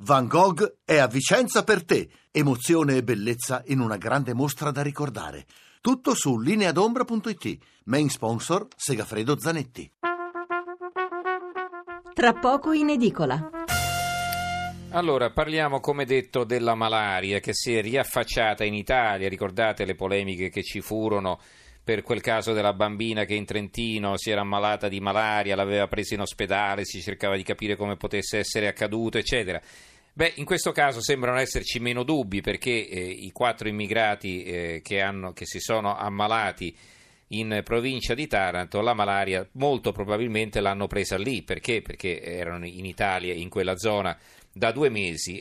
Van Gogh è a Vicenza per te. Emozione e bellezza in una grande mostra da ricordare. Tutto su lineadombra.it. Main sponsor Segafredo Zanetti. Tra poco in edicola. Allora, parliamo come detto della malaria che si è riaffacciata in Italia. Ricordate le polemiche che ci furono per quel caso della bambina che in Trentino si era ammalata di malaria, l'aveva presa in ospedale, si cercava di capire come potesse essere accaduto, eccetera. Beh, in questo caso sembrano esserci meno dubbi perché i 4 immigrati che si sono ammalati in provincia di Taranto, la malaria molto probabilmente l'hanno presa lì. Perché? Perché erano in Italia, in quella zona, da 2 mesi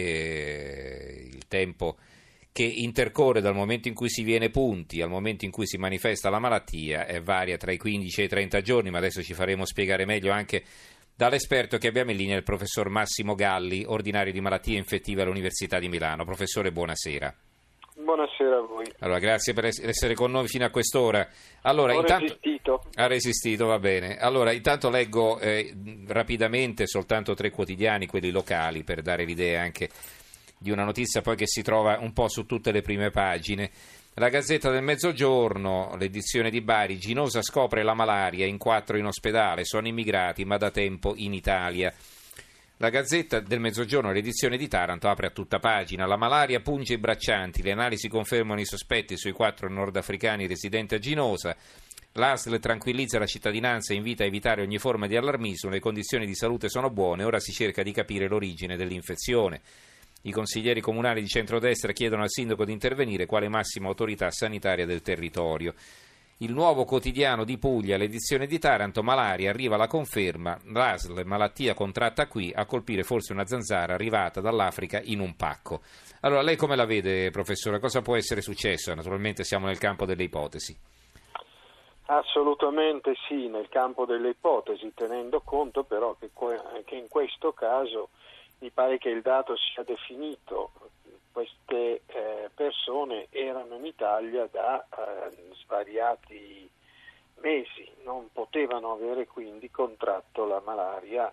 e il tempo che intercorre dal momento in cui si viene punti al momento in cui si manifesta la malattia varia tra i 15 e i 30 giorni, ma adesso ci faremo spiegare meglio anche dall'esperto che abbiamo in linea, il professor Massimo Galli, ordinario di malattie infettive all'Università di Milano. Professore, buonasera. Buonasera a voi. Allora, grazie per essere con noi fino a quest'ora. Allora, ha resistito, va bene. Allora, intanto leggo rapidamente soltanto 3 quotidiani, quelli locali, per dare l'idea anche di una notizia poi che si trova un po' su tutte le prime pagine. La Gazzetta del Mezzogiorno, l'edizione di Bari: Ginosa scopre la malaria, in 4 in ospedale, sono immigrati ma da tempo in Italia. La Gazzetta del Mezzogiorno, l'edizione di Taranto, apre a tutta pagina: la malaria punge i braccianti, le analisi confermano i sospetti sui 4 nordafricani residenti a Ginosa. L'ASL tranquillizza la cittadinanza e invita a evitare ogni forma di allarmismo, le condizioni di salute sono buone, ora si cerca di capire l'origine dell'infezione. I consiglieri comunali di centrodestra chiedono al sindaco di intervenire quale massima autorità sanitaria del territorio. Il Nuovo Quotidiano di Puglia, l'edizione di Taranto: malaria, arriva la conferma, l'ASL, malattia contratta qui, a colpire forse una zanzara arrivata dall'Africa in un pacco. Allora, lei come la vede, professore? Cosa può essere successo? Naturalmente siamo nel campo delle ipotesi. Assolutamente sì, nel campo delle ipotesi, tenendo conto però che in questo caso mi pare che il dato sia definito. Queste persone erano in Italia da svariati mesi, non potevano avere quindi contratto la malaria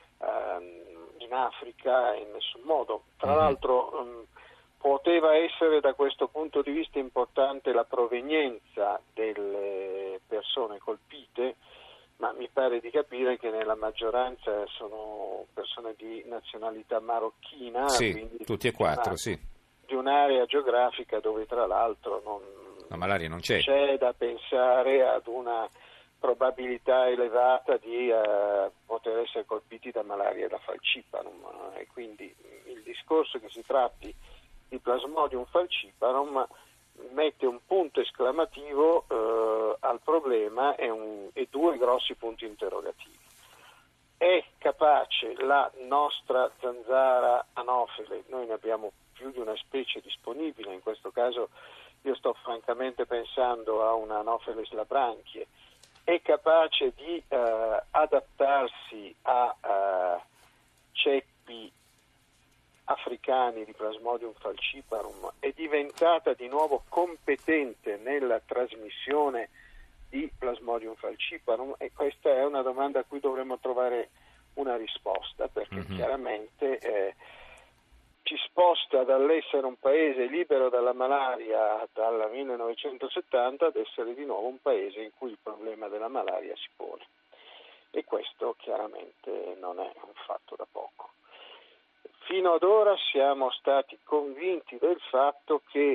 in Africa in nessun modo. Tra l'altro poteva essere da questo punto di vista importante la provenienza delle persone colpite, ma mi pare di capire che nella maggioranza sono persone di nazionalità marocchina, sì, quindi tutti e 4, sì, di un'area geografica dove tra l'altro la malaria non c'è. C'è da pensare ad una probabilità elevata di poter essere colpiti da malaria da falciparum, e quindi il discorso che si tratti di Plasmodium falciparum mette un punto esclamativo al problema e 2 grossi punti interrogativi. È capace la nostra zanzara anofele, noi ne abbiamo più di una specie disponibile, in questo caso io sto francamente pensando a una Anopheles labranchie, è capace di adattarsi a ceppi africani di Plasmodium falciparum, è diventata di nuovo competente nella trasmissione di Plasmodium falciparum, e questa è una domanda a cui dovremmo trovare una risposta, perché chiaramente ci sposta dall'essere un paese libero dalla malaria dal 1970 ad essere di nuovo un paese in cui il problema della malaria si pone, e questo chiaramente non è un fatto da poco. Fino ad ora siamo stati convinti del fatto che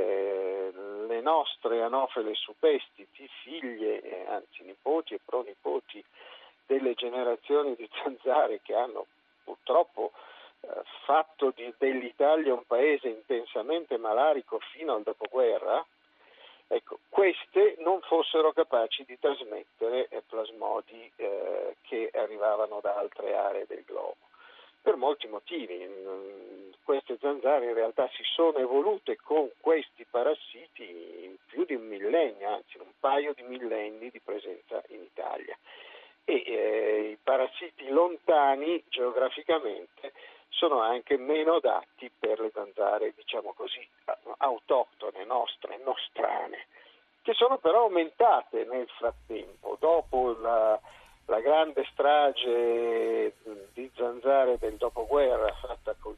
le nostre Anopheles superstiti, figlie, anzi nipoti e pronipoti delle generazioni di zanzare che hanno purtroppo fatto dell'Italia un paese intensamente malarico fino al dopoguerra, ecco, queste non fossero capaci di trasmettere plasmodi che arrivavano da altre aree del globo. Per molti motivi. Queste zanzare in realtà si sono evolute con questi parassiti in più di un millennio, anzi un paio di millenni di presenza in Italia. E i parassiti lontani geograficamente sono anche meno adatti per le zanzare, diciamo così, autoctone, nostre, nostrane, che sono però aumentate nel frattempo. Dopo la grande strage di zanzare del dopoguerra fatta con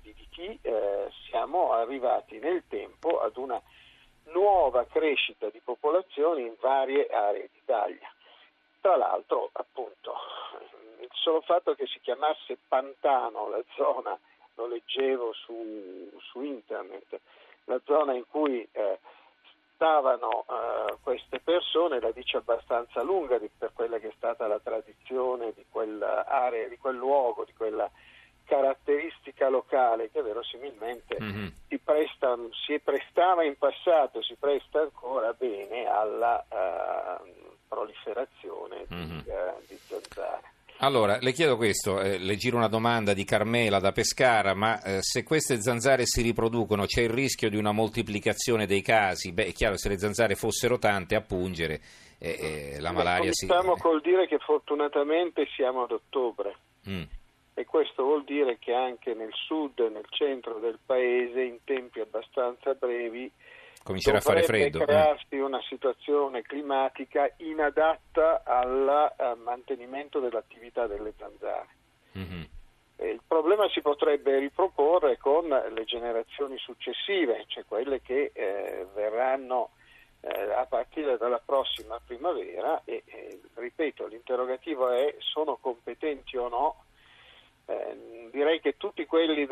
arrivati nel tempo ad una nuova crescita di popolazione in varie aree d'Italia. Tra l'altro, appunto, il solo fatto che si chiamasse Pantano la zona, lo leggevo su internet, la zona in cui stavano queste persone, la dice abbastanza lunga per quella che è stata la tradizione di quell'area, di quel luogo, di quella caratteristica locale che verosimilmente si prestava in passato, si presta ancora bene alla proliferazione di zanzare. Allora, le chiedo questo, le giro una domanda di Carmela da Pescara, ma se queste zanzare si riproducono c'è il rischio di una moltiplicazione dei casi? Beh, è chiaro, se le zanzare fossero tante a pungere, la malaria si... Cominciamo col dire che fortunatamente siamo ad ottobre. E questo vuol dire che anche nel sud e nel centro del paese, in tempi abbastanza brevi, comincerà a fare freddo. Dovrebbe crearsi una situazione climatica inadatta al mantenimento dell'attività delle zanzare. Il problema si potrebbe riproporre con le generazioni successive, cioè quelle che verranno a partire dalla prossima primavera e ripeto, l'interrogativo è: sono competenti o no? Direi che tutti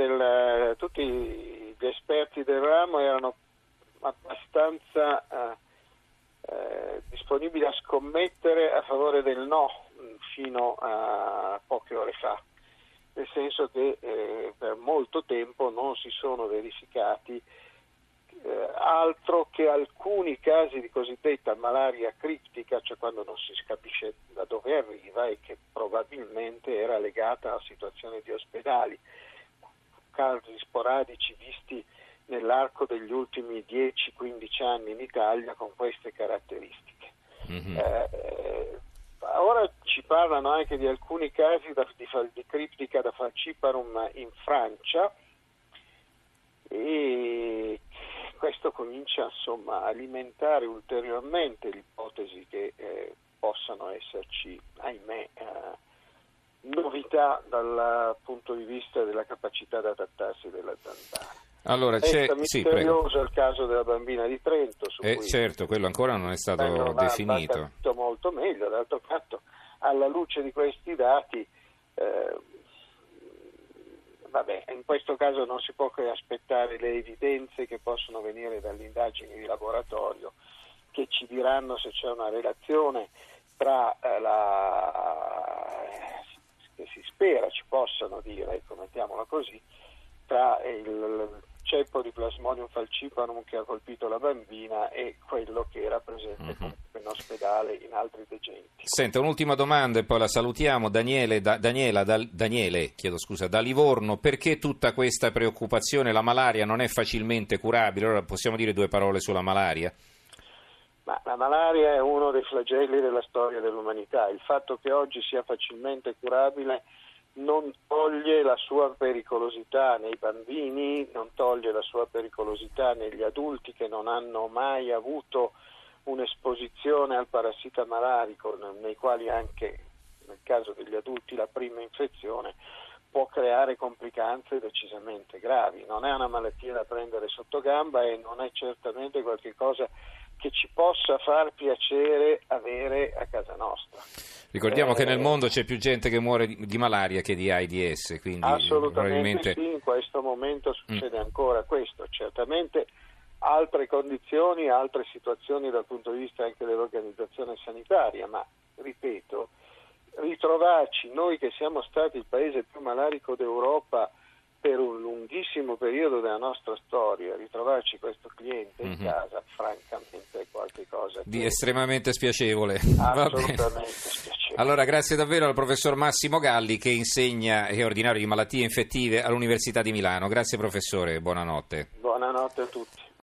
gli esperti del ramo erano abbastanza disponibili a scommettere a favore del no fino a poche ore fa, nel senso che per molto tempo non si sono verificati altro che alcuni casi di cosiddetta malaria criptica, cioè quando non si capisce da dove arriva e che probabilmente era legata a situazioni di ospedali, casi sporadici visti nell'arco degli ultimi 10-15 anni in Italia con queste caratteristiche. Ora ci parlano anche di alcuni casi di criptica da falciparum in Francia, e questo comincia insomma a alimentare ulteriormente l'ipotesi che possano esserci, ahimè, novità dal punto di vista della capacità di adattarsi della zanzara. Allora, Resta misterioso il caso della bambina di Trento, su cui certo, quello ancora non è stato definito. Va capito molto meglio. D'altro canto, alla luce di questi dati, in questo caso non si può che aspettare le evidenze che possono venire dalle indagini di laboratorio, che ci diranno se c'è una relazione tra che si spera ci possano dire, mettiamola così, tra il ceppo di Plasmodium falciparum che ha colpito la bambina e quello che era presente in ospedale in altri degenti. Senta, un'ultima domanda e poi la salutiamo. Daniele da Livorno: perché tutta questa preoccupazione? La malaria non è facilmente curabile? Allora possiamo dire due parole sulla malaria? Ma la malaria è uno dei flagelli della storia dell'umanità. Il fatto che oggi sia facilmente curabile non toglie la sua pericolosità nei bambini, non toglie la sua pericolosità negli adulti che non hanno mai avuto un'esposizione al parassita malarico, nei quali anche nel caso degli adulti la prima infezione può creare complicanze decisamente gravi. Non è una malattia da prendere sotto gamba e non è certamente qualcosa che ci possa far piacere avere a casa nostra. Ricordiamo che nel mondo c'è più gente che muore di malaria che di AIDS, quindi assolutamente sì, in questo momento succede ancora questo. Certamente altre condizioni, altre situazioni dal punto di vista anche dell'organizzazione sanitaria, ma ripeto, ritrovarci noi che siamo stati il paese più malarico d'Europa per un lunghissimo periodo della nostra storia, ritrovarci questo cliente in casa, francamente è qualcosa di estremamente spiacevole. Assolutamente spiacevole. Allora, grazie davvero al professor Massimo Galli, che insegna e è ordinario di malattie infettive all'Università di Milano. Grazie professore, buonanotte. Buonanotte a tutti.